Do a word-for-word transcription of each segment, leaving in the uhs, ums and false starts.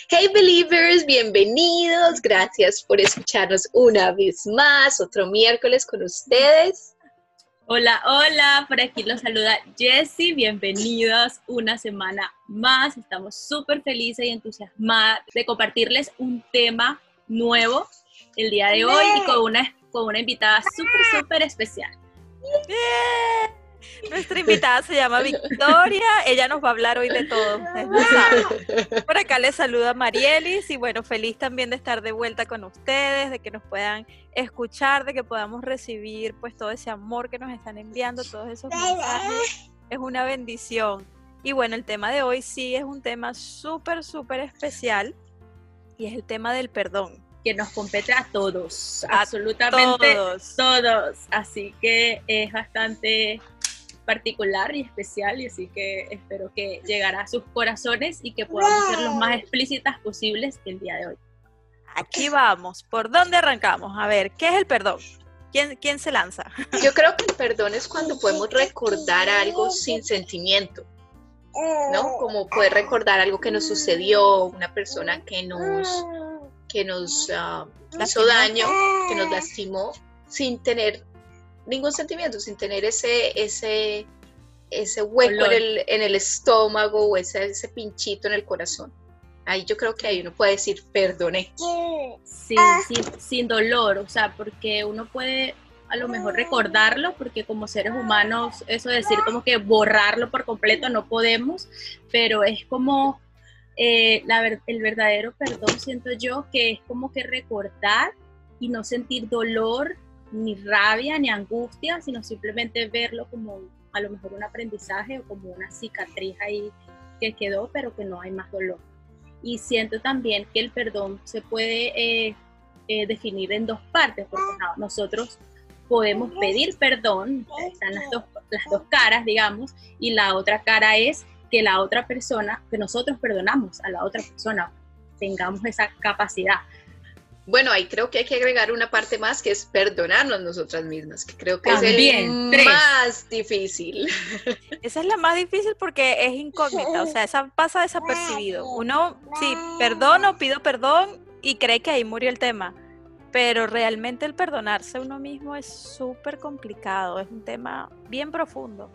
Hey Believers, bienvenidos, gracias por escucharnos una vez más, otro miércoles con ustedes. Hola, hola, por aquí los saluda Jessie, bienvenidos una semana más, estamos súper felices y entusiasmadas de compartirles un tema nuevo el día de hoy y con una, con una invitada súper, súper especial. ¡Yeah! Nuestra invitada se llama Victoria, ella nos va a hablar hoy de todo, por acá les saluda Marielis y bueno, feliz también de estar de vuelta con ustedes, de que nos puedan escuchar, de que podamos recibir pues todo ese amor que nos están enviando, todos esos mensajes, es una bendición. Y bueno, el tema de hoy sí es un tema súper, súper especial y es el tema del perdón. Que nos compete a todos, a absolutamente todos. todos, así que es bastante particular y especial y así que espero que llegará a sus corazones y que podamos ser los más explícitas posibles el día de hoy. Aquí vamos, ¿por dónde arrancamos? A ver, ¿qué es el perdón? ¿Quién, quién se lanza? Yo creo que el perdón es cuando podemos recordar algo sin sentimiento, ¿no? Como poder recordar algo que nos sucedió, una persona que nos, que nos uh, hizo daño, que nos lastimó, sin tener ningún sentimiento, sin tener ese, ese, ese hueco en el, en el estómago o ese, ese pinchito en el corazón. Ahí yo creo que ahí uno puede decir, perdoné. Sí, sin, sin dolor, o sea, porque uno puede a lo mejor recordarlo, porque como seres humanos, eso de decir como que borrarlo por completo no podemos, pero es como eh, la, el verdadero perdón, siento yo, que es como que recordar y no sentir dolor, ni rabia, ni angustia, sino simplemente verlo como a lo mejor un aprendizaje o como una cicatriz ahí que quedó, pero que no hay más dolor. Y siento también que el perdón se puede eh, eh, definir en dos partes, porque no, nosotros podemos pedir perdón, están las dos, las dos caras, digamos, y la otra cara es que la otra persona, que nosotros perdonamos a la otra persona, tengamos esa capacidad. Bueno, ahí creo que hay que agregar una parte más que es perdonarnos nosotras mismas, que creo que También, es el tres. más difícil. Esa es la más difícil porque es incógnita, o sea, esa pasa desapercibido. Uno, sí, perdono, pido perdón y cree que ahí murió el tema, pero realmente el perdonarse uno mismo es súper complicado, es un tema bien profundo.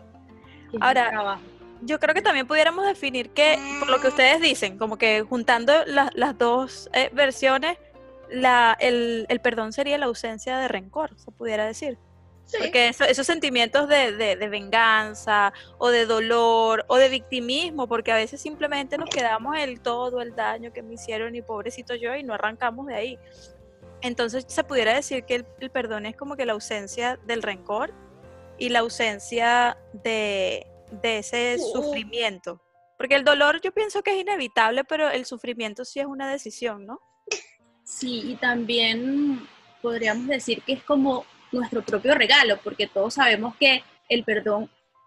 Ahora, yo creo que también pudiéramos definir que, por lo que ustedes dicen, como que juntando la, las dos eh, versiones, La, el, el perdón sería la ausencia de rencor, se pudiera decir. Sí. Porque eso, esos sentimientos de, de, de venganza o de dolor o de victimismo, porque a veces simplemente nos quedamos en todo el daño que me hicieron y pobrecito yo y no arrancamos de ahí. Entonces se pudiera decir que el, el perdón es como que la ausencia del rencor y la ausencia de, de ese sufrimiento. Porque el dolor yo pienso que es inevitable, pero el sufrimiento sí es una decisión, ¿no? Sí, y también podríamos decir que es como nuestro propio regalo, porque todos sabemos que el perdón,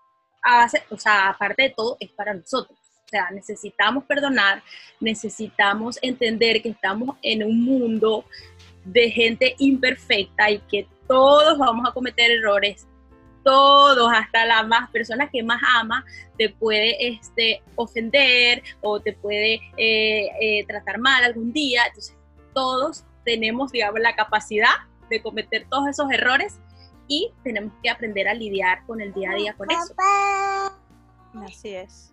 a base, o sea, aparte de todo, es para nosotros. O sea, necesitamos perdonar, necesitamos entender que estamos en un mundo de gente imperfecta y que todos vamos a cometer errores, todos, hasta la más persona que más ama, te puede este, ofender o te puede eh, eh, tratar mal algún día. Entonces, todos tenemos, digamos, la capacidad de cometer todos esos errores y tenemos que aprender a lidiar con el día a día con eso. Así es.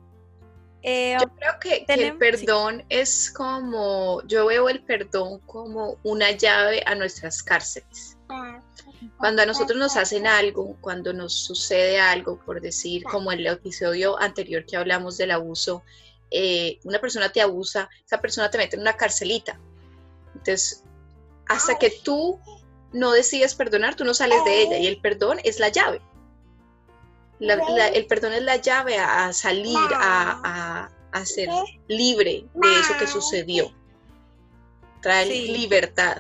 Eh, yo creo que, que el perdón sí. es como, yo veo el perdón como una llave a nuestras cárceles. Cuando a nosotros nos hacen algo, cuando nos sucede algo, por decir, como el episodio anterior que hablamos del abuso, eh, una persona te abusa, esa persona te mete en una carcelita. Entonces, hasta que tú no decides perdonar, tú no sales de ella, y el perdón es la llave. La, la, el perdón es la llave a, a salir, a, a, a ser libre de eso que sucedió. Trae sí. libertad.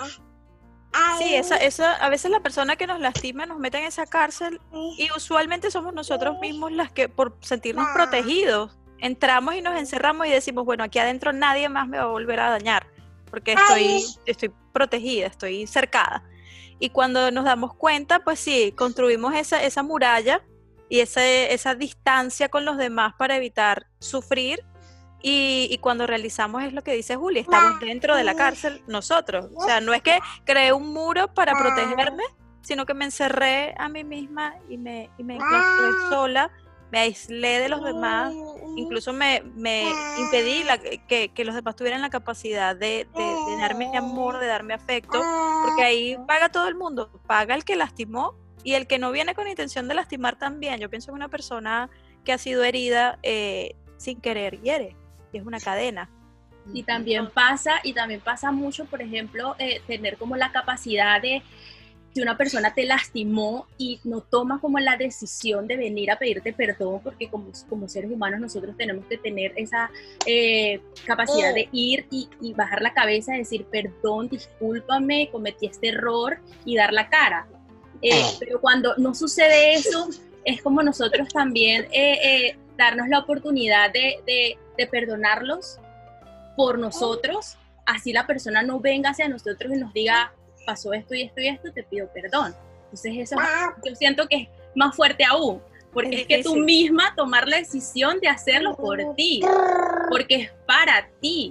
Sí, esa, esa, a veces la persona que nos lastima nos mete en esa cárcel y usualmente somos nosotros mismos las que, por sentirnos protegidos, entramos y nos encerramos y decimos, bueno, aquí adentro nadie más me va a volver a dañar porque estoy, estoy protegida, estoy cercada. Y cuando nos damos cuenta, pues sí, construimos esa, esa muralla y ese, esa distancia con los demás para evitar sufrir Y, y cuando realizamos es lo que dice Juli, estamos dentro de la cárcel nosotros. O sea, no es que creé un muro para protegerme, sino que me encerré a mí misma y me, y me enclaustré sola, me aislé de los demás, incluso me, me impedí la, que, que los demás tuvieran la capacidad de, de, de darme amor, de darme afecto, porque ahí paga todo el mundo, paga el que lastimó y el que no viene con intención de lastimar también. Yo pienso que una persona que ha sido herida eh, sin querer hiere. Es una cadena. Y también pasa, y también pasa mucho, por ejemplo, eh, tener como la capacidad de, si una persona te lastimó y no toma como la decisión de venir a pedirte perdón, porque como, como seres humanos nosotros tenemos que tener esa eh, capacidad de ir y, y bajar la cabeza, decir perdón, discúlpame, cometí este error y dar la cara. Eh, pero cuando no sucede eso, es como nosotros también eh, eh, darnos la oportunidad de, de, de perdonarlos por nosotros, así la persona no venga hacia nosotros y nos diga, pasó esto y esto y esto, te pido perdón. Entonces eso yo siento que es más fuerte aún, porque es, es que tú misma tomar la decisión de hacerlo por ti, porque es para ti.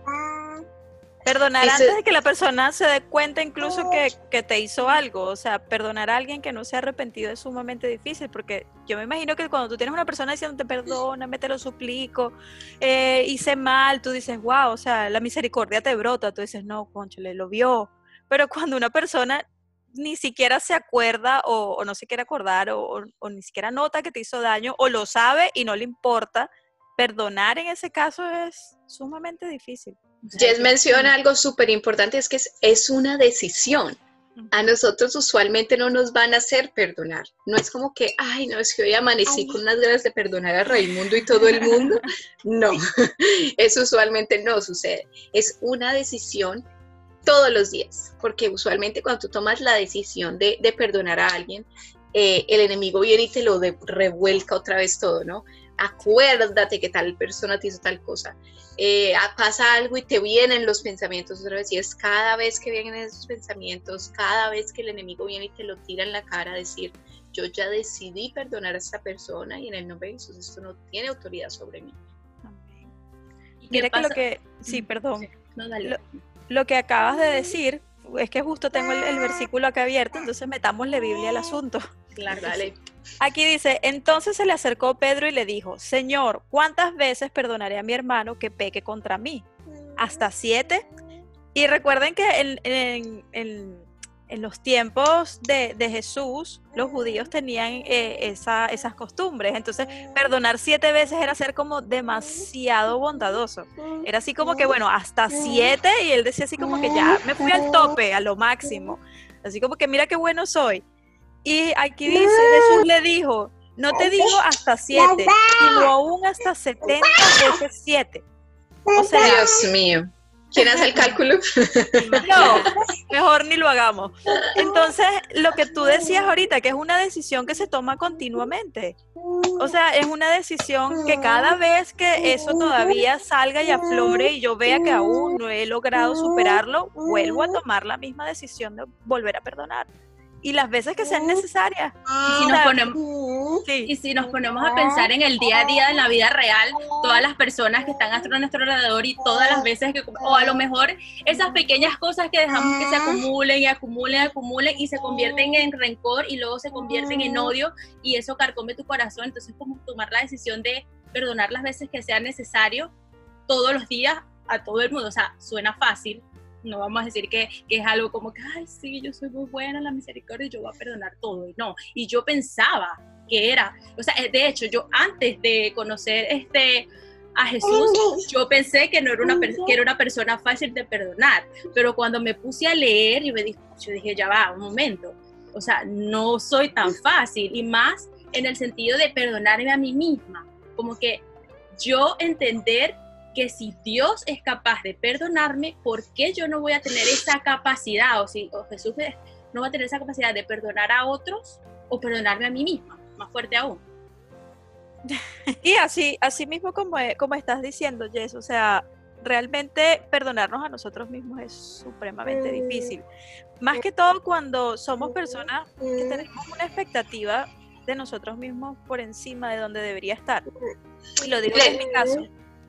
Perdonar antes de que la persona se dé cuenta incluso que, que te hizo algo. O sea, perdonar a alguien que no se ha arrepentido es sumamente difícil, porque yo me imagino que cuando tú tienes una persona diciéndote perdóname, te lo suplico, eh, hice mal, tú dices, wow, o sea, la misericordia te brota, tú dices, no, cónchale, lo vio. Pero cuando una persona ni siquiera se acuerda o, o no se quiere acordar o, o, o ni siquiera nota que te hizo daño o lo sabe y no le importa, perdonar en ese caso es sumamente difícil. Jess menciona algo súper importante, es que es, es una decisión. A nosotros usualmente no nos van a hacer perdonar. No es como que, ay, no, es que hoy amanecí con unas ganas de perdonar a Raimundo y todo el mundo. No, eso usualmente no sucede. Es una decisión todos los días, porque usualmente cuando tú tomas la decisión de, de perdonar a alguien, eh, el enemigo viene y te lo de, revuelca otra vez todo, ¿no? Acuérdate que tal persona te hizo tal cosa. Eh, pasa algo y te vienen los pensamientos otra vez, y es cada vez que vienen esos pensamientos, cada vez que el enemigo viene y te lo tira en la cara, decir, yo ya decidí perdonar a esta persona y en el nombre de Jesús esto no tiene autoridad sobre mí. Mira que lo que, sí, perdón, no, dale. Lo, lo que acabas de decir, es que justo tengo el, el versículo acá abierto, entonces metámosle Biblia al asunto. Claro, dale. Aquí dice, entonces se le acercó Pedro y le dijo, Señor, ¿cuántas veces perdonaré a mi hermano que peque contra mí? ¿Hasta siete? Y recuerden que en, en, en, en los tiempos de, de Jesús, los judíos tenían eh, esa, esas costumbres. Entonces, perdonar siete veces era ser como demasiado bondadoso. Era así como que, bueno, hasta siete, y él decía así como que ya me fui al tope, a lo máximo. Así como que mira qué bueno soy. Y aquí dice, Jesús le dijo, no te digo hasta siete, sino aún hasta setenta veces siete. O sea, Dios mío, ¿quién hace el cálculo? No, mejor ni lo hagamos. Entonces, lo que tú decías ahorita, que es una decisión que se toma continuamente. O sea, es una decisión que cada vez que eso todavía salga y aflore y yo vea que aún no he logrado superarlo, vuelvo a tomar la misma decisión de volver a perdonar. Y las veces que sean necesarias. Y si, nos ponemos, sí. y si nos ponemos a pensar en el día a día, en la vida real, todas las personas que están a nuestro alrededor y todas las veces que, o a lo mejor esas pequeñas cosas que dejamos que se acumulen y acumulen, acumulen y se convierten en rencor y luego se convierten en odio y eso carcome tu corazón. Entonces, como tomar la decisión de perdonar las veces que sea necesario todos los días a todo el mundo. O sea, suena fácil. No vamos a decir que, que es algo como que, ay, sí, yo soy muy buena en la misericordia y yo voy a perdonar todo. Y no, y yo pensaba que era, o sea, de hecho, yo antes de conocer este, a Jesús, yo pensé que, no era una, que era una persona fácil de perdonar. Pero cuando me puse a leer, y me dije, yo dije, ya va, un momento. O sea, no soy tan fácil. Y más en el sentido de perdonarme a mí misma. Como que yo entender que si Dios es capaz de perdonarme, ¿por qué yo no voy a tener esa capacidad? O si o Jesús no va a tener esa capacidad de perdonar a otros o perdonarme a mí misma, más fuerte aún. Y así, así mismo como, como estás diciendo, Jess, o sea, realmente perdonarnos a nosotros mismos es supremamente difícil. Más que todo cuando somos personas que tenemos una expectativa de nosotros mismos por encima de donde debería estar. Y lo digo en mi caso.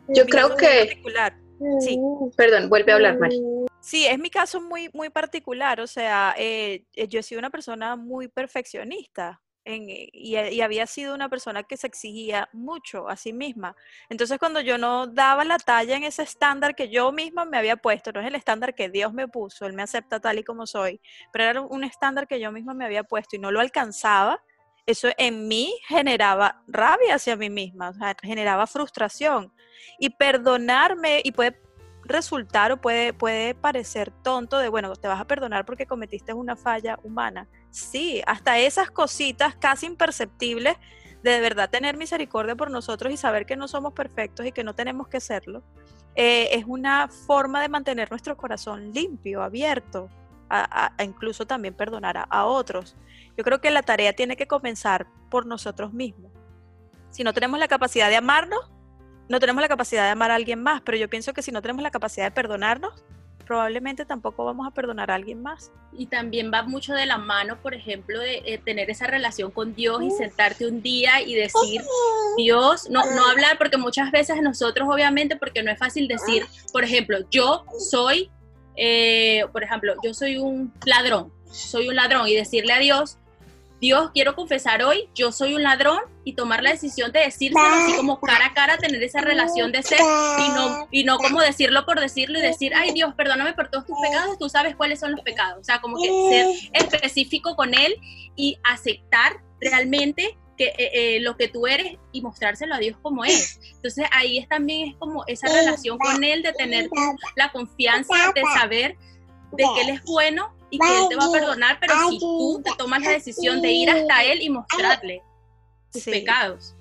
Yo creo que... Particular. Sí. Perdón, vuelve a hablar, Mari. Sí, es mi caso muy, muy particular, o sea, eh, yo he sido una persona muy perfeccionista en, y, y había sido una persona que se exigía mucho a sí misma. Entonces, cuando yo no daba la talla en ese estándar que yo misma me había puesto, no es el estándar que Dios me puso, Él me acepta tal y como soy, pero era un estándar que yo misma me había puesto y no lo alcanzaba, eso en mí generaba rabia hacia mí misma, o sea, generaba frustración. Y perdonarme, y puede resultar o puede, puede parecer tonto de, bueno, te vas a perdonar porque cometiste una falla humana. Sí, hasta esas cositas casi imperceptibles de, de verdad tener misericordia por nosotros y saber que no somos perfectos y que no tenemos que serlo, eh, es una forma de mantener nuestro corazón limpio, abierto, a, a, a incluso también perdonar a, a otros. Yo creo que la tarea tiene que comenzar por nosotros mismos. Si no tenemos la capacidad de amarnos, no tenemos la capacidad de amar a alguien más, pero yo pienso que si no tenemos la capacidad de perdonarnos, probablemente tampoco vamos a perdonar a alguien más. Y también va mucho de la mano, por ejemplo, de eh, tener esa relación con Dios y sentarte un día y decir, Dios, no, no hablar, porque muchas veces nosotros, obviamente, porque no es fácil decir, por ejemplo, yo soy, eh, por ejemplo, yo soy un ladrón, soy un ladrón, y decirle a Dios, Dios, quiero confesar hoy, yo soy un ladrón, y tomar la decisión de decírselo así como cara a cara, tener esa relación de ser, y no, y no como decirlo por decirlo y decir, ay Dios, perdóname por todos tus pecados, tú sabes cuáles son los pecados. O sea, como que ser específico con Él y aceptar realmente que, eh, eh, lo que tú eres y mostrárselo a Dios como es. Entonces ahí es, también es como esa relación con Él, de tener la confianza, de saber de que Él es bueno y que Él te va a perdonar, pero si tú te tomas la decisión de ir hasta Él y mostrarle tus sí. pecados.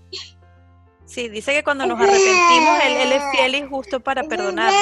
Sí, dice que cuando nos arrepentimos, él, él es fiel y justo para perdonarnos.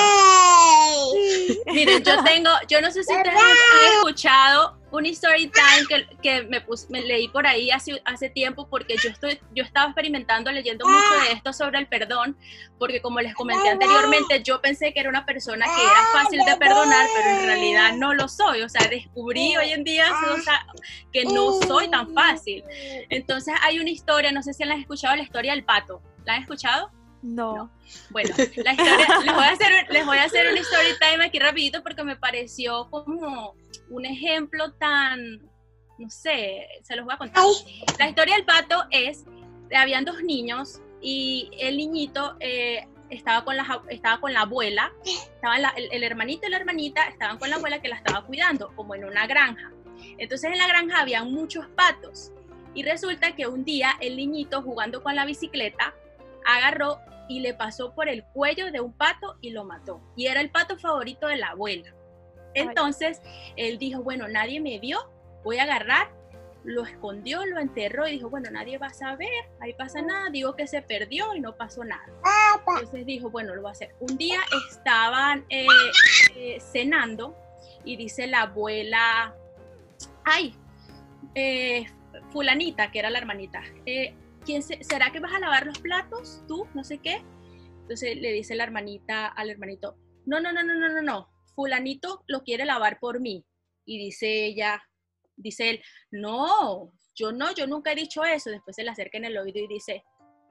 Miren, yo tengo, yo no sé si ustedes han escuchado un story time que, que me, puse, me leí por ahí hace, hace tiempo, porque yo estoy, yo estaba experimentando, leyendo mucho de esto sobre el perdón, porque como les comenté anteriormente, yo pensé que era una persona que era fácil de perdonar, pero en realidad no lo soy. O sea, descubrí hoy en día, o sea, que no soy tan fácil. Entonces hay una historia, no sé si la han escuchado, la historia del pato. ¿La han escuchado? No. no. Bueno, la historia, les voy a hacer, les voy a hacer un story time aquí rapidito, porque me pareció como un ejemplo tan, no sé, se los voy a contar. La historia del pato es, habían dos niños y el niñito eh, estaba, con la, estaba con la abuela, estaba la, el, el hermanito y la hermanita estaban con la abuela, que la estaba cuidando, como en una granja. Entonces en la granja había muchos patos, y resulta que un día el niñito, jugando con la bicicleta, agarró y le pasó por el cuello de un pato y lo mató. Y era el pato favorito de la abuela. Entonces, él dijo, bueno, nadie me vio, voy a agarrar, lo escondió, lo enterró y dijo, bueno, nadie va a saber, ahí pasa nada, digo que se perdió y no pasó nada. Entonces dijo, bueno, lo va a hacer. Un día estaban eh, eh, cenando y dice la abuela, ay, eh, fulanita, que era la hermanita, eh, ¿quién se, ¿será que vas a lavar los platos? ¿Tú? No sé qué. Entonces le dice la hermanita al hermanito, no, no, no, no, no, no, no, fulanito lo quiere lavar por mí. Y dice ella, dice él, no, yo no, yo nunca he dicho eso. Después se le acerca en el oído y dice,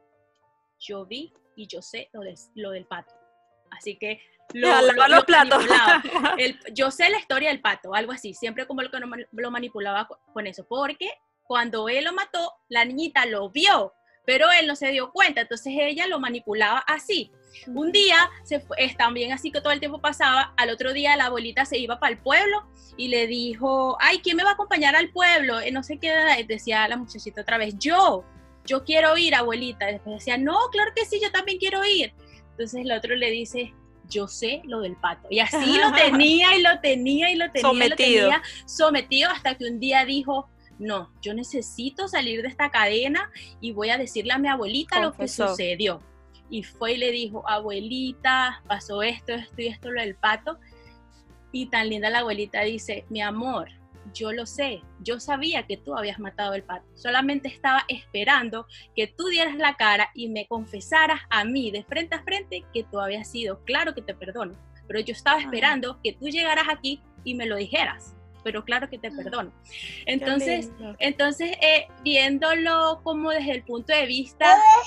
yo vi y yo sé lo, de, lo del pato. Así que lo, ya, lo, los lo platos. El, yo sé la historia del pato, algo así, siempre como lo, lo manipulaba con eso, porque cuando él lo mató, la niñita lo vio, pero él no se dio cuenta, entonces ella lo manipulaba así. Un día, se fue, es también así que todo el tiempo pasaba, al otro día la abuelita se iba para el pueblo y le dijo, ay, ¿quién me va a acompañar al pueblo? Eh, no sé qué, decía la muchachita otra vez, yo, yo quiero ir, abuelita. Y después decía, no, claro que sí, yo también quiero ir. Entonces el otro le dice, yo sé lo del pato. Y así lo tenía y lo tenía y lo tenía, sometido. Lo tenía sometido, hasta que un día dijo, no, yo necesito salir de esta cadena y voy a decirle a mi abuelita Confesó. Lo que sucedió. Y fue y le dijo, abuelita, pasó esto, esto y esto, lo del pato. Y tan linda la abuelita dice, mi amor, yo lo sé, yo sabía que tú habías matado el pato. Solamente estaba esperando que tú dieras la cara y me confesaras a mí de frente a frente que tú habías sido. Claro que te perdono, pero yo estaba esperando que tú llegaras aquí y me lo dijeras. Pero claro que te perdono. Entonces, entonces eh, viéndolo como desde el punto de vista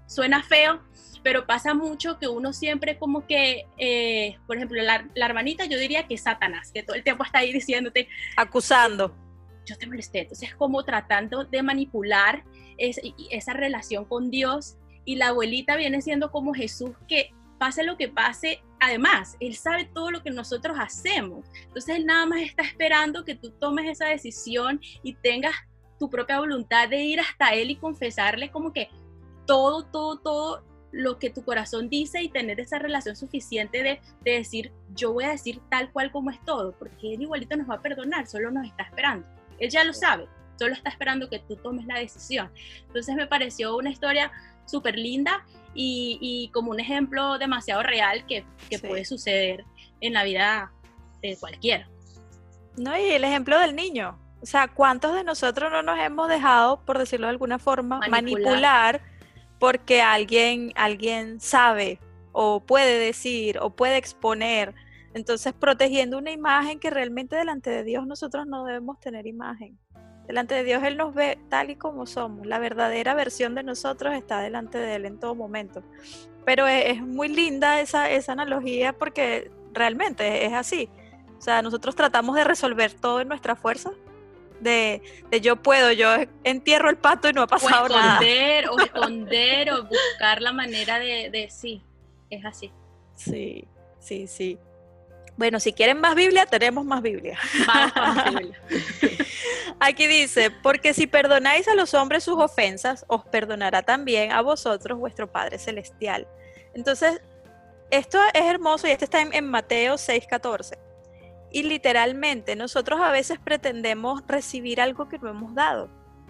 suena feo, pero pasa mucho que uno siempre como que, eh, por ejemplo, la, la hermanita yo diría que es Satanás, que todo el tiempo está ahí diciéndote, acusando. Yo te molesté, entonces como tratando de manipular es, esa relación con Dios, y la abuelita viene siendo como Jesús, que pase lo que pase, además, Él sabe todo lo que nosotros hacemos, entonces Él nada más está esperando que tú tomes esa decisión y tengas tu propia voluntad de ir hasta Él y confesarle como que todo, todo, todo lo que tu corazón dice, y tener esa relación suficiente de, de decir, yo voy a decir tal cual como es todo, porque Él igualito nos va a perdonar, solo nos está esperando. Él ya lo sabe, solo está esperando que tú tomes la decisión. Entonces me pareció una historia súper linda y, y como un ejemplo demasiado real que, que sí. puede suceder en la vida de cualquiera. No, y el ejemplo del niño. O sea, ¿cuántos de nosotros no nos hemos dejado, por decirlo de alguna forma, manipular, manipular porque alguien, alguien sabe o puede decir o puede exponer? Entonces, protegiendo una imagen que realmente delante de Dios nosotros no debemos tener imagen. Delante de Dios Él nos ve tal y como somos. La verdadera versión de nosotros está delante de Él en todo momento. Pero es, es muy linda esa, esa analogía porque realmente es así. O sea, nosotros tratamos de resolver todo en nuestra fuerza. De, de yo puedo, yo entierro el pato y no ha pasado o esconder, nada. O esconder, o buscar la manera de, de sí, es así. Sí, sí, sí. Bueno, si quieren más Biblia, tenemos más Biblia. Vamos con más Biblia. Aquí dice, porque si perdonáis a los hombres sus ofensas, os perdonará también a vosotros vuestro Padre Celestial. Entonces, esto es hermoso y este está en, en Mateo seis catorce. Y literalmente, nosotros a veces pretendemos recibir algo que no hemos dado.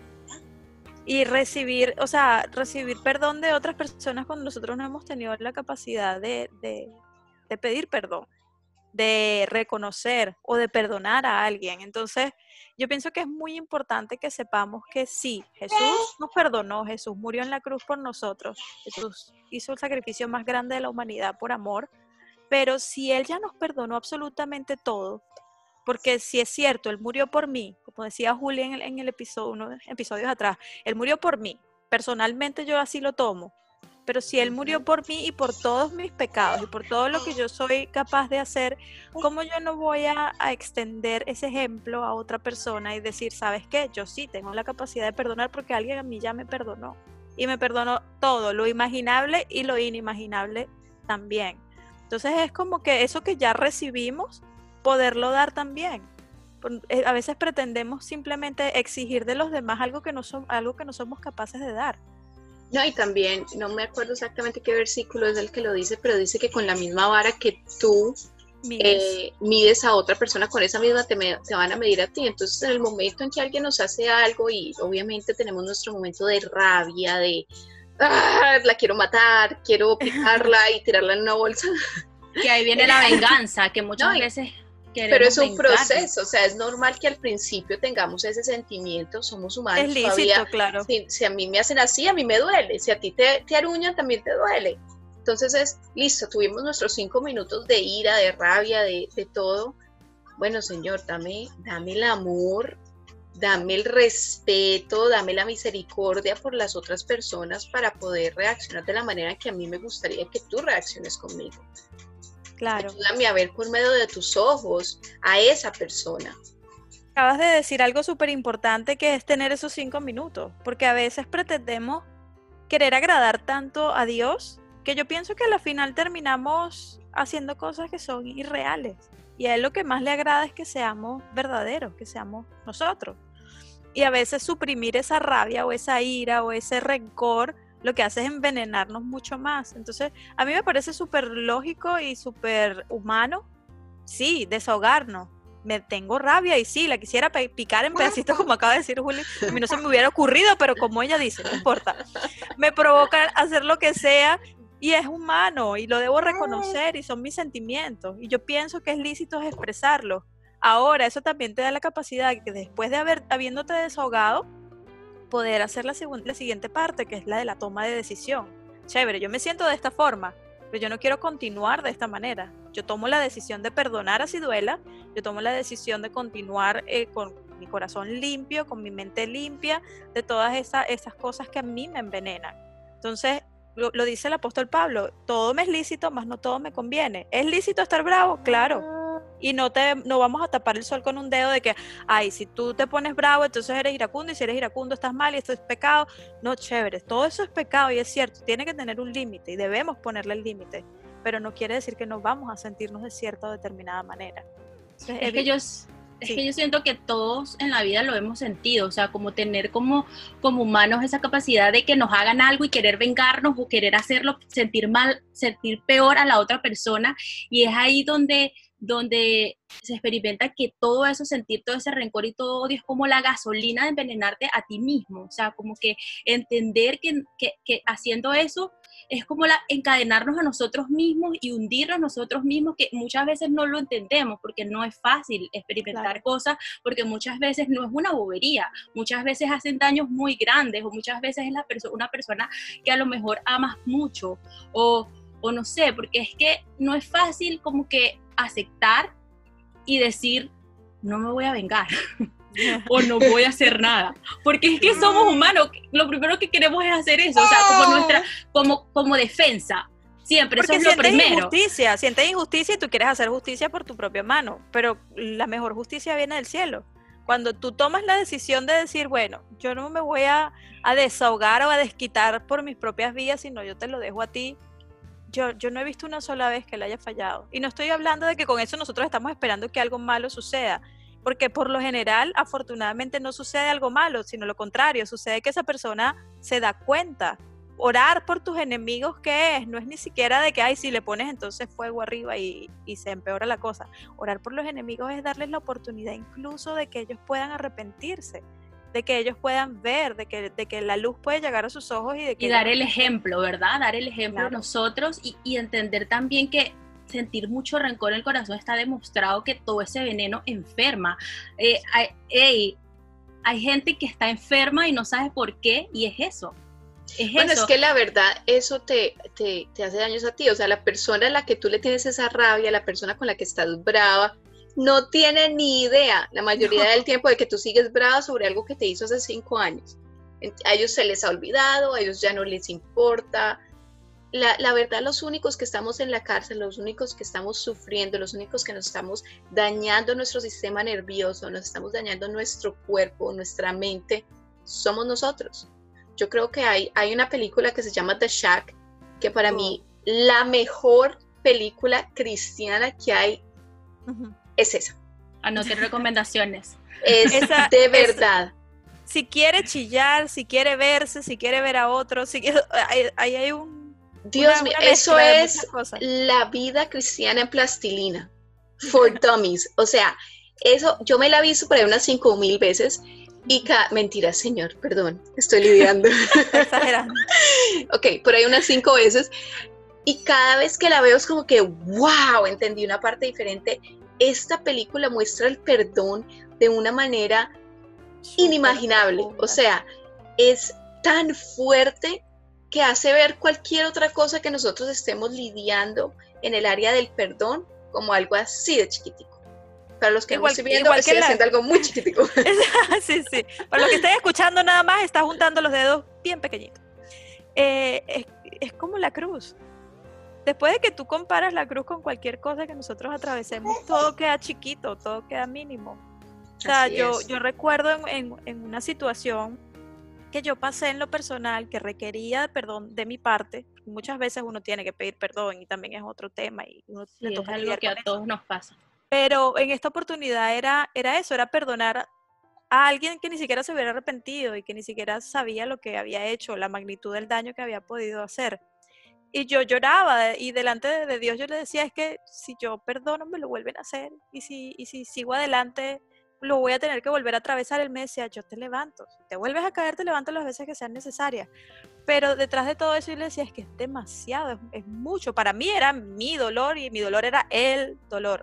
Y recibir, o sea, recibir perdón de otras personas cuando nosotros no hemos tenido la capacidad de, de, de pedir perdón, de reconocer o de perdonar a alguien. Entonces, yo pienso que es muy importante que sepamos que sí, Jesús nos perdonó, Jesús murió en la cruz por nosotros, Jesús hizo el sacrificio más grande de la humanidad por amor, pero si Él ya nos perdonó absolutamente todo, porque si es cierto, Él murió por mí, como decía Julia en el, en el episodio, unos episodios atrás, Él murió por mí, personalmente yo así lo tomo, pero si Él murió por mí y por todos mis pecados y por todo lo que yo soy capaz de hacer, ¿cómo yo no voy a, a extender ese ejemplo a otra persona y decir, ¿sabes qué? Yo sí tengo la capacidad de perdonar porque alguien a mí ya me perdonó. Y me perdonó todo, lo imaginable y lo inimaginable también. Entonces es como que eso que ya recibimos, poderlo dar también. A veces pretendemos simplemente exigir de los demás algo que no, son, algo que no somos capaces de dar. No, y también, no me acuerdo exactamente qué versículo es el que lo dice, pero dice que con la misma vara que tú mides, eh, mides a otra persona, con esa misma te, me, te van a medir a ti. Entonces, en el momento en que alguien nos hace algo, y obviamente tenemos nuestro momento de rabia, de ah, la quiero matar, quiero picarla y tirarla en una bolsa. Que ahí viene la venganza, que muchas no, veces... Pero es un vengarnos. proceso, o sea, es normal que al principio tengamos ese sentimiento, somos humanos. Es lícito, todavía, claro. Si, si a mí me hacen así, a mí me duele, si a ti te, te aruñan, también te duele. Entonces es, listo, tuvimos nuestros cinco minutos de ira, de rabia, de, de todo. Bueno, Señor, dame, dame el amor, dame el respeto, dame la misericordia por las otras personas para poder reaccionar de la manera que a mí me gustaría que tú reacciones conmigo. Claro. Ayúdame a ver por medio de tus ojos a esa persona. Acabas de decir algo súper importante, que es tener esos cinco minutos, porque a veces pretendemos querer agradar tanto a Dios que yo pienso que al final terminamos haciendo cosas que son irreales, y a Él lo que más le agrada es que seamos verdaderos, que seamos nosotros, y a veces suprimir esa rabia o esa ira o ese rencor lo que hace es envenenarnos mucho más. Entonces, a mí me parece súper lógico y súper humano, sí, desahogarnos. Me tengo rabia y sí, la quisiera picar en pedacitos como acaba de decir Juli. A mí no se me hubiera ocurrido, pero como ella dice, no importa. Me provoca hacer lo que sea y es humano y lo debo reconocer y son mis sentimientos. Y yo pienso que es lícito expresarlo. Ahora, eso también te da la capacidad de que después de haber, habiéndote desahogado, poder hacer la, seg- la siguiente parte, que es la de la toma de decisión. Chévere, yo me siento de esta forma, pero yo no quiero continuar de esta manera. Yo tomo la decisión de perdonar así duela, yo tomo la decisión de continuar eh, con mi corazón limpio, con mi mente limpia, de todas esa, esas cosas que a mí me envenenan. Entonces, lo, lo dice el apóstol Pablo, todo me es lícito, mas no todo me conviene. ¿Es lícito estar bravo? Claro. Y no, te, no vamos a tapar el sol con un dedo de que, ay, si tú te pones bravo, entonces eres iracundo, y si eres iracundo estás mal y esto es pecado. No, chévere, todo eso es pecado y es cierto, tiene que tener un límite y debemos ponerle el límite, pero no quiere decir que no vamos a sentirnos de cierta o determinada manera. Entonces, es que yo... Es sí. que yo siento que todos en la vida lo hemos sentido, o sea, como tener como, como humanos esa capacidad de que nos hagan algo y querer vengarnos o querer hacerlo sentir mal, sentir peor a la otra persona, y es ahí donde, donde se experimenta que todo eso, sentir todo ese rencor y todo odio es como la gasolina de envenenarte a ti mismo, o sea, como que entender que, que, que haciendo eso es como la, encadenarnos a nosotros mismos y hundirnos nosotros mismos, que muchas veces no lo entendemos porque no es fácil experimentar claro. cosas, porque muchas veces no es una bobería, muchas veces hacen daños muy grandes, o muchas veces es la perso- una persona que a lo mejor amas mucho, o, o no sé, porque es que no es fácil como que aceptar y decir, no me voy a vengar. O no voy a hacer nada, porque es que somos humanos, lo primero que queremos es hacer eso, o sea, como nuestra, como, como defensa, siempre, porque eso es lo primero. Injusticia, sientes injusticia y tú quieres hacer justicia por tu propia mano, pero la mejor justicia viene del cielo. Cuando tú tomas la decisión de decir, bueno, yo no me voy a, a desahogar o a desquitar por mis propias vías, sino yo te lo dejo a ti. Yo, yo no he visto una sola vez que le haya fallado, y no estoy hablando de que con eso nosotros estamos esperando que algo malo suceda, porque por lo general, afortunadamente, no sucede algo malo, sino lo contrario, sucede que esa persona se da cuenta. Orar por tus enemigos, ¿qué es? No es ni siquiera de que, ay, si le pones entonces fuego arriba y, y se empeora la cosa. Orar por los enemigos es darles la oportunidad incluso de que ellos puedan arrepentirse, de que ellos puedan ver, de que, de que la luz puede llegar a sus ojos y de que... Y dar el ejemplo, ¿verdad? Dar el ejemplo claro. a nosotros y, y entender también que sentir mucho rencor en el corazón está demostrado que todo ese veneno enferma. Eh, hay, hey, hay gente que está enferma y no sabe por qué, y es eso. Es bueno, eso. Es que la verdad, eso te, te, te hace daños a ti. O sea, la persona a la que tú le tienes esa rabia, la persona con la que estás brava, no tiene ni idea la mayoría no. del tiempo de que tú sigues brava sobre algo que te hizo hace cinco años. A ellos se les ha olvidado, a ellos ya no les importa. La, la verdad, los únicos que estamos en la cárcel, los únicos que estamos sufriendo, los únicos que nos estamos dañando nuestro sistema nervioso, nos estamos dañando nuestro cuerpo, nuestra mente, somos nosotros. Yo creo que hay, hay una película que se llama The Shack, que para oh. mí la mejor película cristiana que hay uh-huh. es esa. Anoten recomendaciones. Es esa, de verdad. Es, si quiere chillar, si quiere verse, si quiere ver a otros, si quiere, ahí, ahí hay un... Dios una, mío, una eso es la vida cristiana en plastilina, for dummies. O sea, eso yo me la he visto por ahí unas cinco mil veces y cada... Mentira, señor, perdón, estoy lidiando. Exagerando. Ok, por ahí unas cinco veces. Y cada vez que la veo es como que, wow, entendí una parte diferente. Esta película muestra el perdón de una manera inimaginable. O sea, es tan fuerte que hace ver cualquier otra cosa que nosotros estemos lidiando en el área del perdón como algo así de chiquitico. Para los que igual, no estoy viendo, estoy la... haciendo algo muy chiquitico. Sí, sí. Para los que estén escuchando nada más, está juntando los dedos bien pequeñitos. Eh, es, es como la cruz. Después de que tú comparas la cruz con cualquier cosa que nosotros atravesemos, todo queda chiquito, todo queda mínimo. O sea, yo, yo recuerdo en, en, en una situación que yo pasé en lo personal, que requería perdón de mi parte. Muchas veces uno tiene que pedir perdón y también es otro tema y uno sí, le toca es algo que a eso. Todos nos pasa. Pero en esta oportunidad era, era eso, era perdonar a alguien que ni siquiera se hubiera arrepentido y que ni siquiera sabía lo que había hecho, la magnitud del daño que había podido hacer. Y yo lloraba y delante de Dios yo le decía, es que si yo perdono me lo vuelven a hacer y si, y si sigo adelante lo voy a tener que volver a atravesar. Él me decía, yo te levanto, si te vuelves a caer te levanto las veces que sean necesarias, pero detrás de todo eso yo le decía, es que es demasiado, es, es mucho, para mí era mi dolor y mi dolor era el dolor,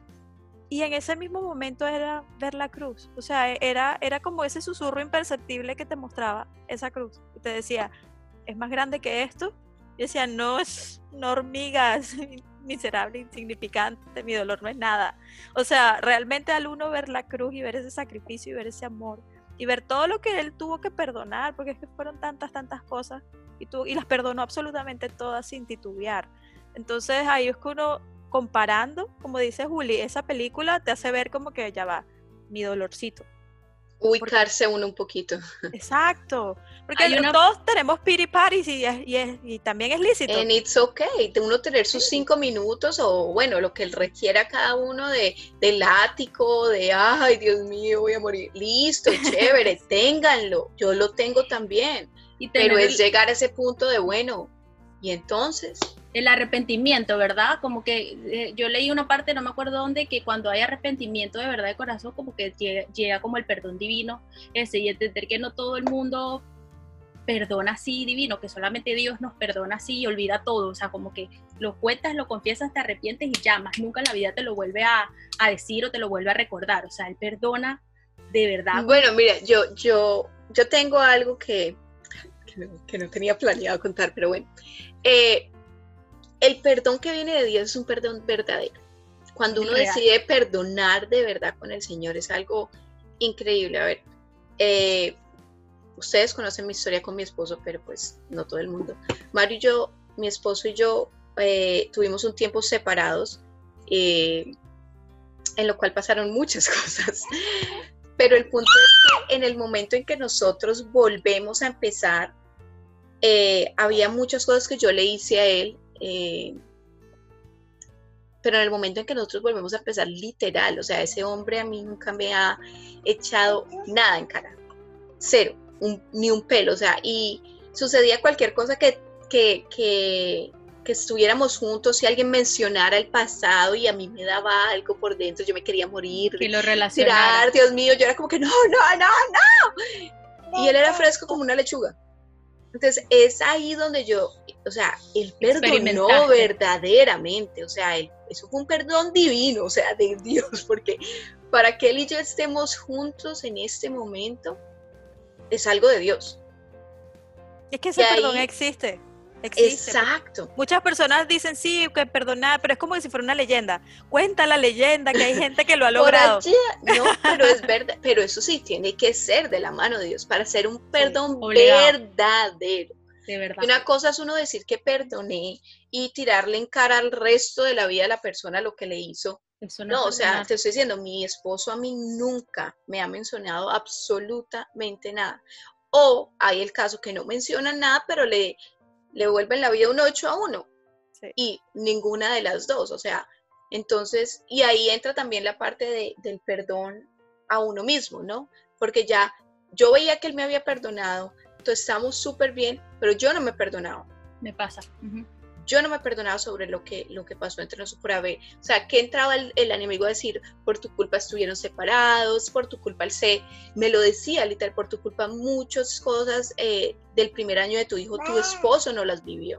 y en ese mismo momento era ver la cruz, o sea, era, era como ese susurro imperceptible que te mostraba esa cruz, y te decía, es más grande que esto. Yo decía, no, es una hormiga, es miserable, insignificante, mi dolor no es nada. O sea, realmente al uno ver la cruz y ver ese sacrificio y ver ese amor y ver todo lo que él tuvo que perdonar, porque es que fueron tantas, tantas cosas, y, tú, y las perdonó absolutamente todas sin titubear. Entonces ahí es que uno, comparando, como dice Juli, esa película te hace ver como que ya va, mi dolorcito. Ubicarse porque, uno un poquito. Exacto, porque una... todos tenemos pity parties y, y, y también es lícito. And it's okay, de uno tener sus cinco minutos o bueno, lo que requiera cada uno de, de látigo, de ay Dios mío, voy a morir. Listo, chévere, ténganlo, yo lo tengo también. Y pero es el... llegar a ese punto de bueno, y entonces... El arrepentimiento, ¿verdad? Como que eh, yo leí una parte, no me acuerdo dónde, que cuando hay arrepentimiento de verdad de corazón, como que llega, llega como el perdón divino, ese, y entender que no todo el mundo perdona así divino, que solamente Dios nos perdona así y olvida todo, o sea, como que lo cuentas, lo confiesas, te arrepientes y ya, más nunca en la vida te lo vuelve a, a decir o te lo vuelve a recordar, o sea, Él perdona de verdad. Bueno, mira, yo, yo, yo tengo algo que, que, no, que no tenía planeado contar, pero bueno, eh, el perdón que viene de Dios es un perdón verdadero. Cuando uno Real. decide perdonar de verdad con el Señor es algo increíble. A ver, eh, ustedes conocen mi historia con mi esposo, pero pues no todo el mundo. Mario y yo, mi esposo y yo, eh, tuvimos un tiempo separados, eh, en lo cual pasaron muchas cosas. Pero el punto es que en el momento en que nosotros volvemos a empezar, eh, había muchas cosas que yo le hice a él. Eh, pero en el momento en que nosotros volvemos a empezar literal, o sea, ese hombre a mí nunca me ha echado nada en cara, cero, un, ni un pelo, o sea, y sucedía cualquier cosa que, que, que, que estuviéramos juntos, si alguien mencionara el pasado y a mí me daba algo por dentro, yo me quería morir, que lo relacionara. Tirar, Dios mío, yo era como que no, no, no, no, y él era fresco como una lechuga. Entonces es ahí donde yo, o sea, él perdonó verdaderamente, o sea, él, eso fue un perdón divino, o sea, de Dios, porque para que él y yo estemos juntos en este momento, es algo de Dios. Es que ese y perdón ahí, existe, existe. Exacto. Muchas personas dicen, sí, que perdonar, pero es como si fuera una leyenda. Cuenta la leyenda que hay gente que lo ha logrado. Por allá, no, pero es verdad, pero eso sí, tiene que ser de la mano de Dios para ser un perdón sí, verdadero. De verdad. Y una cosa es uno decir que perdoné y tirarle en cara al resto de la vida de la persona lo que le hizo. Eso no, no o sea, nada. Te estoy diciendo, mi esposo a mí nunca me ha mencionado absolutamente nada. O hay el caso que no mencionan nada, pero le, le vuelven la vida un ocho a uno. Sí. Y ninguna de las dos, o sea, entonces, y ahí entra también la parte de, del perdón a uno mismo, ¿no? Porque ya yo veía que él me había perdonado, entonces estamos súper bien, pero yo no me he perdonado. Me pasa. Uh-huh. Yo no me he perdonado sobre lo que, lo que pasó entre nosotros por haber, o sea, que entraba el, el enemigo a decir, por tu culpa estuvieron separados, por tu culpa él se, me lo decía literal, por tu culpa muchas cosas eh, del primer año de tu hijo, tu esposo no las vivió.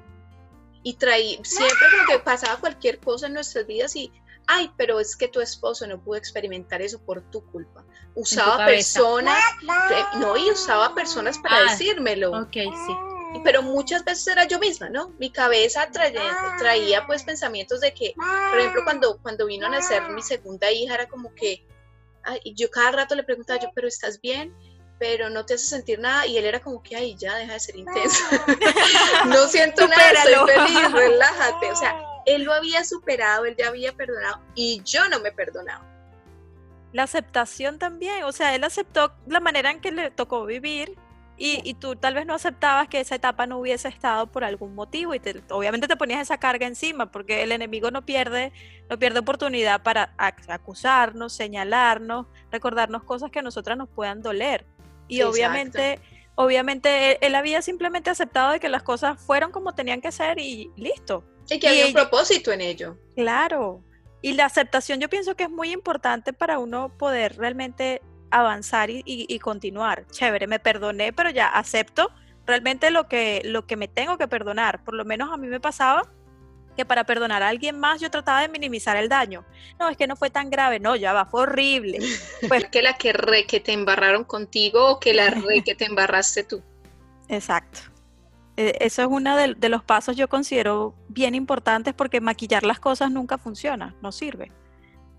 Y traí, siempre como que pasaba cualquier cosa en nuestras vidas y, ay, pero es que tu esposo no pudo experimentar eso por tu culpa. Usaba personas, no, y usaba personas para ah, decírmelo. Ok, sí. Pero muchas veces era yo misma, ¿no? Mi cabeza traía, traía pues pensamientos de que, por ejemplo, cuando, cuando vino a nacer mi segunda hija, era como que, ay, yo cada rato le preguntaba yo, pero ¿estás bien? Pero no te hace sentir nada, y él era como que, ay, ya, deja de ser intenso. No siento nada, estoy feliz, relájate. O sea, él lo había superado, él ya había perdonado, y yo no me he perdonado. La aceptación también, o sea, él aceptó la manera en que le tocó vivir, y, y tú tal vez no aceptabas que esa etapa no hubiese estado por algún motivo, y te, obviamente te ponías esa carga encima, porque el enemigo no pierde, no pierde oportunidad para acusarnos, señalarnos, recordarnos cosas que a nosotras nos puedan doler. Y sí, obviamente, obviamente él, él había simplemente aceptado de que las cosas fueron como tenían que ser y listo. Y que y había un propósito en ello. Claro. Y la aceptación yo pienso que es muy importante para uno poder realmente avanzar y, y, y continuar. Chévere, me perdoné, pero ya acepto realmente lo que, lo que me tengo que perdonar. Por lo menos a mí me pasaba que para perdonar a alguien más yo trataba de minimizar el daño. No, es que no fue tan grave, no, ya va, fue horrible. Pues que la que re que te embarraron contigo o que la re que te embarraste tú. Exacto. Eso es uno de, de los pasos yo considero bien importantes, porque maquillar las cosas nunca funciona, no sirve. O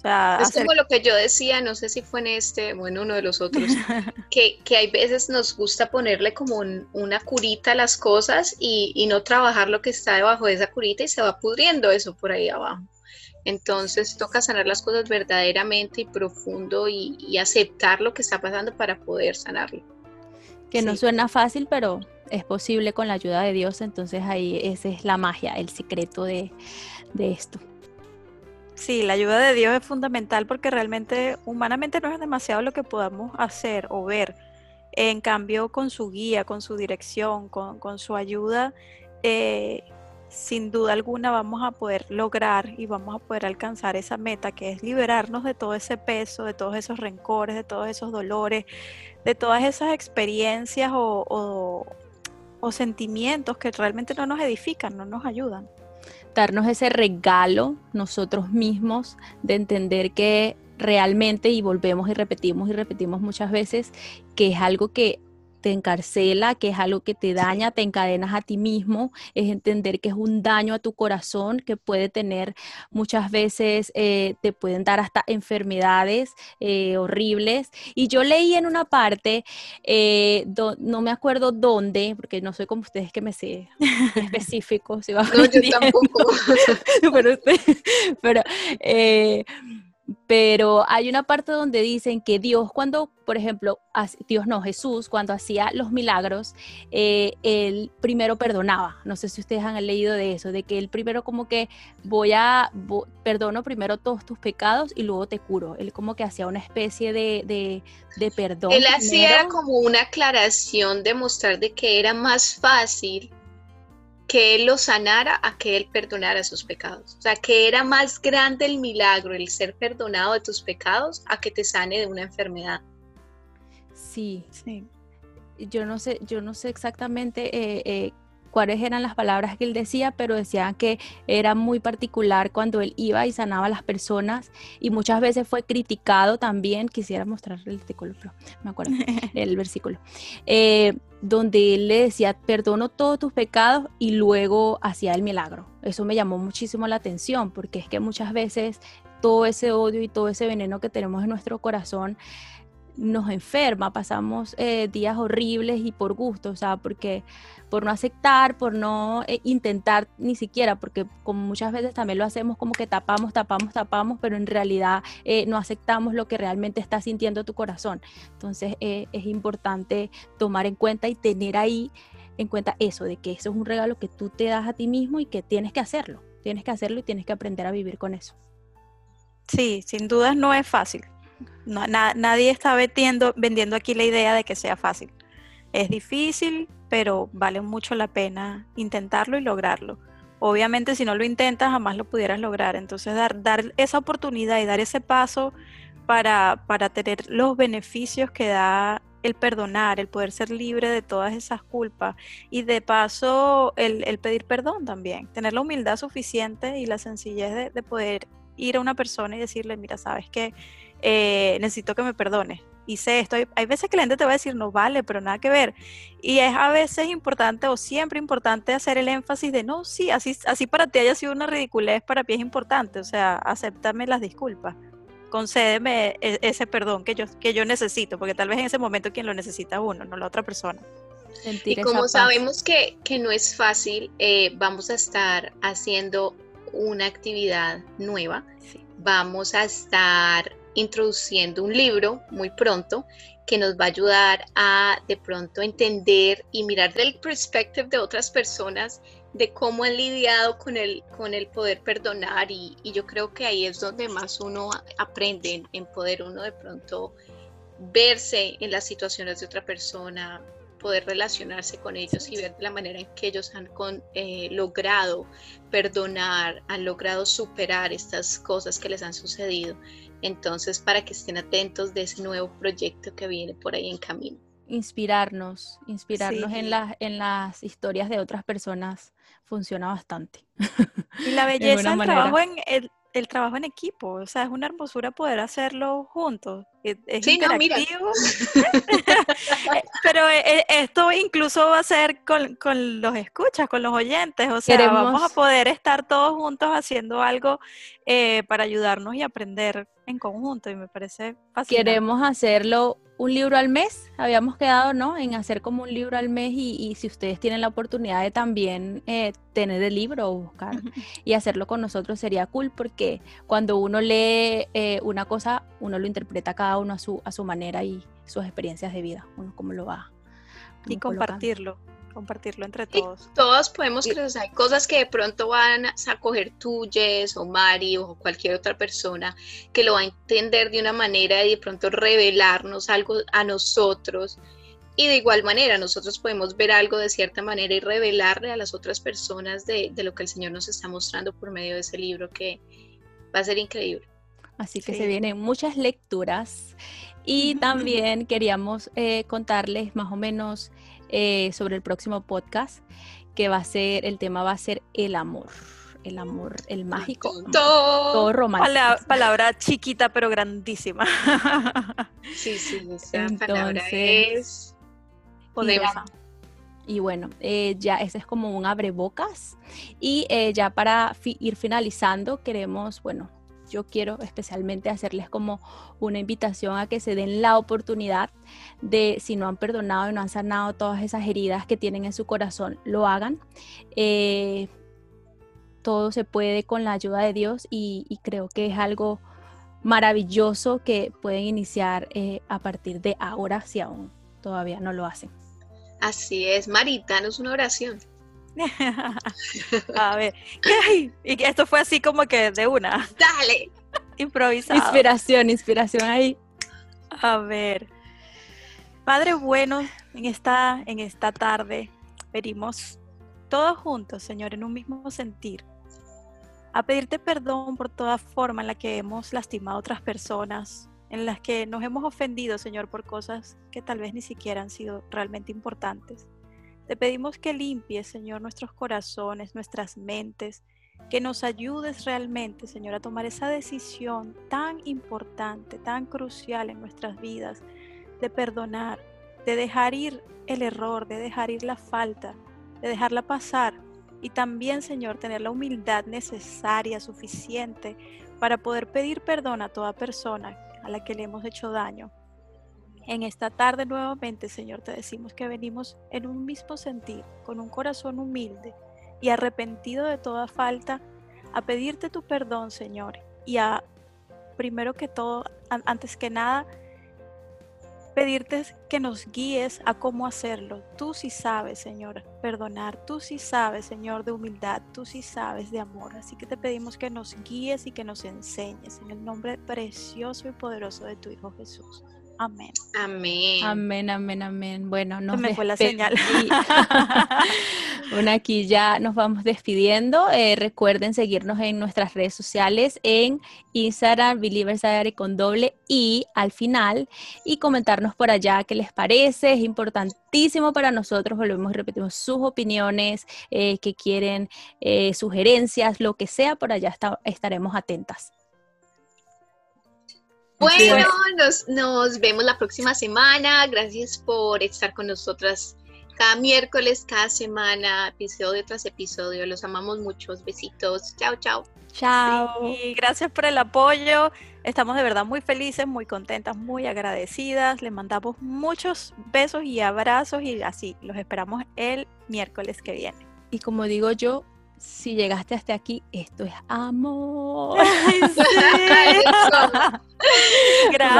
sea, es hacer... como lo que yo decía, no sé si fue en este o en uno de los otros, que, que hay veces nos gusta ponerle como un, una curita a las cosas y, y no trabajar lo que está debajo de esa curita y se va pudriendo eso por ahí abajo. Entonces toca sanar las cosas verdaderamente y profundo y, y aceptar lo que está pasando para poder sanarlo. Que sí. No suena fácil, pero es posible con la ayuda de Dios, entonces ahí esa es la magia, el secreto de, de esto. Sí, la ayuda de Dios es fundamental porque realmente humanamente no es demasiado lo que podamos hacer o ver. En cambio, con su guía, con su dirección, con, con su ayuda, eh, sin duda alguna vamos a poder lograr y vamos a poder alcanzar esa meta que es liberarnos de todo ese peso, de todos esos rencores, de todos esos dolores, de todas esas experiencias o, o, o sentimientos que realmente no nos edifican, no nos ayudan. Darnos ese regalo nosotros mismos de entender que realmente, y volvemos y repetimos y repetimos muchas veces, que es algo que te encarcela, que es algo que te daña, te encadenas a ti mismo, es entender que es un daño a tu corazón que puede tener muchas veces, eh, te pueden dar hasta enfermedades eh, horribles. Y yo leí en una parte, eh, do, no me acuerdo dónde, porque no soy como ustedes que me sé específico. Si va no, yo tampoco. pero pero eh, pero hay una parte donde dicen que Dios cuando, por ejemplo, Dios no, Jesús cuando hacía los milagros, eh, él primero perdonaba. No sé si ustedes han leído de eso, de que él primero como que voy a, voy, perdono primero todos tus pecados y luego te curo. Él como que hacía una especie de, de, de perdón. Él hacía como una aclaración de mostrar de que era más fácil que él lo sanara a que él perdonara sus pecados. O sea, que era más grande el milagro, el ser perdonado de tus pecados, a que te sane de una enfermedad. Sí, sí. Yo no sé, yo no sé exactamente eh, eh, cuáles eran las palabras que él decía, pero decían que era muy particular cuando él iba y sanaba a las personas y muchas veces fue criticado también. Quisiera mostrarle el versículo, pero me acuerdo el versículo. Eh, donde él le decía, perdono todos tus pecados y luego hacía el milagro. Eso me llamó muchísimo la atención, porque es que muchas veces todo ese odio y todo ese veneno que tenemos en nuestro corazón nos enferma, pasamos eh, días horribles y por gusto, o sea, porque por no aceptar, por no eh, intentar ni siquiera, porque como muchas veces también lo hacemos como que tapamos, tapamos, tapamos, pero en realidad eh, no aceptamos lo que realmente está sintiendo tu corazón. Entonces eh, es importante tomar en cuenta y tener ahí en cuenta eso, de que eso es un regalo que tú te das a ti mismo y que tienes que hacerlo, tienes que hacerlo y tienes que aprender a vivir con eso. Sí, sin dudas no es fácil. No, na, nadie está vendiendo, vendiendo aquí la idea de que sea fácil. Es difícil, pero vale mucho la pena intentarlo y lograrlo. Obviamente si no lo intentas jamás lo pudieras lograr, entonces dar, dar esa oportunidad y dar ese paso para, para tener los beneficios que da el perdonar, el poder ser libre de todas esas culpas y de paso el, el pedir perdón también, tener la humildad suficiente y la sencillez de, de poder ir a una persona y decirle, mira, ¿sabes qué? Eh, necesito que me perdones, hice esto. Hay, hay veces que la gente te va a decir, no vale, pero nada que ver. Y es a veces importante o siempre importante hacer el énfasis de, no, sí, así, así para ti haya sido una ridiculez, para mí es importante, o sea, acéptame las disculpas, concédeme ese perdón que yo, que yo necesito, porque tal vez en ese momento quien lo necesita es uno, no la otra persona. Sentir y como sabemos que, que no es fácil, eh, vamos a estar haciendo una actividad nueva, sí. Vamos a estar introduciendo un libro muy pronto que nos va a ayudar a de pronto entender y mirar del perspective de otras personas de cómo han lidiado con el, con el poder perdonar y, y yo creo que ahí es donde más uno aprende en, en poder uno de pronto verse en las situaciones de otra persona, poder relacionarse con ellos y ver de la manera en que ellos han con, eh, logrado perdonar, han logrado superar estas cosas que les han sucedido. Entonces, para que estén atentos de ese nuevo proyecto que viene por ahí en camino. Inspirarnos, inspirarnos sí. en, la, en las historias de otras personas funciona bastante. Y la belleza del trabajo en el, el trabajo en equipo, o sea, es una hermosura poder hacerlo juntos. Es, es sí, interactivo. No, pero esto incluso va a ser con, con los escuchas, con los oyentes. O sea, Queremos... vamos a poder estar todos juntos haciendo algo eh, para ayudarnos y aprender en conjunto. Y me parece fascinante. Queremos hacerlo un libro al mes. Habíamos quedado, ¿no?, en hacer como un libro al mes. Y, y si ustedes tienen la oportunidad de también eh, tener el libro o buscar uh-huh. y hacerlo con nosotros, sería cool, porque cuando uno lee eh, una cosa, uno lo interpreta cada uno a su, a su manera y sus experiencias de vida, uno cómo lo va. Y compartirlo. Colocando. compartirlo entre todos. Y todos podemos creer, o sea, hay cosas que de pronto van a coger tú, Jess, o Mari, o cualquier otra persona que lo va a entender de una manera y de pronto revelarnos algo a nosotros. Y de igual manera, nosotros podemos ver algo de cierta manera y revelarle a las otras personas de, de lo que el Señor nos está mostrando por medio de ese libro, que va a ser increíble. Así que sí. Se vienen muchas lecturas. Y también queríamos eh, contarles más o menos eh, sobre el próximo podcast, que va a ser, el tema va a ser el amor. El amor, el mágico. Todo, todo romántico. Palabra, palabra chiquita pero grandísima. Sí, sí, esa Entonces, palabra es poderosa. Y bueno, eh, ya ese es como un abrebocas. Y eh, ya para fi- ir finalizando, queremos, bueno, yo quiero especialmente hacerles como una invitación a que se den la oportunidad de, si no han perdonado y no han sanado todas esas heridas que tienen en su corazón, lo hagan. Eh, todo se puede con la ayuda de Dios y, y creo que es algo maravilloso que pueden iniciar eh, a partir de ahora, si aún todavía no lo hacen. Así es, Mari, danos una oración. A ver, y que esto fue así como que de una. Dale. Improvisado. Inspiración, inspiración ahí. A ver. Padre bueno, en esta, en esta tarde venimos todos juntos, Señor, en un mismo sentir, a pedirte perdón por toda forma en la que hemos lastimado a otras personas, en las que nos hemos ofendido, Señor, por cosas que tal vez ni siquiera han sido realmente importantes. Te pedimos que limpies, Señor, nuestros corazones, nuestras mentes, que nos ayudes realmente, Señor, a tomar esa decisión tan importante, tan crucial en nuestras vidas, de perdonar, de dejar ir el error, de dejar ir la falta, de dejarla pasar. Y también, Señor, tener la humildad necesaria, suficiente, para poder pedir perdón a toda persona a la que le hemos hecho daño. En esta tarde nuevamente, Señor, te decimos que venimos en un mismo sentir, con un corazón humilde y arrepentido de toda falta, a pedirte tu perdón, Señor, y a, primero que todo, a, antes que nada, pedirte que nos guíes a cómo hacerlo. Tú sí sabes, Señor, perdonar. Tú sí sabes, Señor, de humildad. Tú sí sabes de amor. Así que te pedimos que nos guíes y que nos enseñes en el nombre precioso y poderoso de tu Hijo Jesús. Amén. Amén. Amén, amén, amén. Bueno, nos me fue la señal. Bueno, aquí ya nos vamos despidiendo. Eh, recuerden seguirnos en nuestras redes sociales, en Instagram, Believers Diary con doble I al final, y comentarnos por allá qué les parece. Es importantísimo para nosotros, volvemos y repetimos, sus opiniones, eh, que quieren, eh, sugerencias, lo que sea, por allá está, estaremos atentas. Bueno, nos, nos vemos la próxima semana. Gracias por estar con nosotras cada miércoles, cada semana, episodio tras episodio. Los amamos mucho. Besitos. Chao, chao. Chao. Sí, gracias por el apoyo. Estamos de verdad muy felices, muy contentas, muy agradecidas. Les mandamos muchos besos y abrazos y así los esperamos el miércoles que viene. Y como digo yo, si llegaste hasta aquí, esto es amor. Ay, sí. Gracias.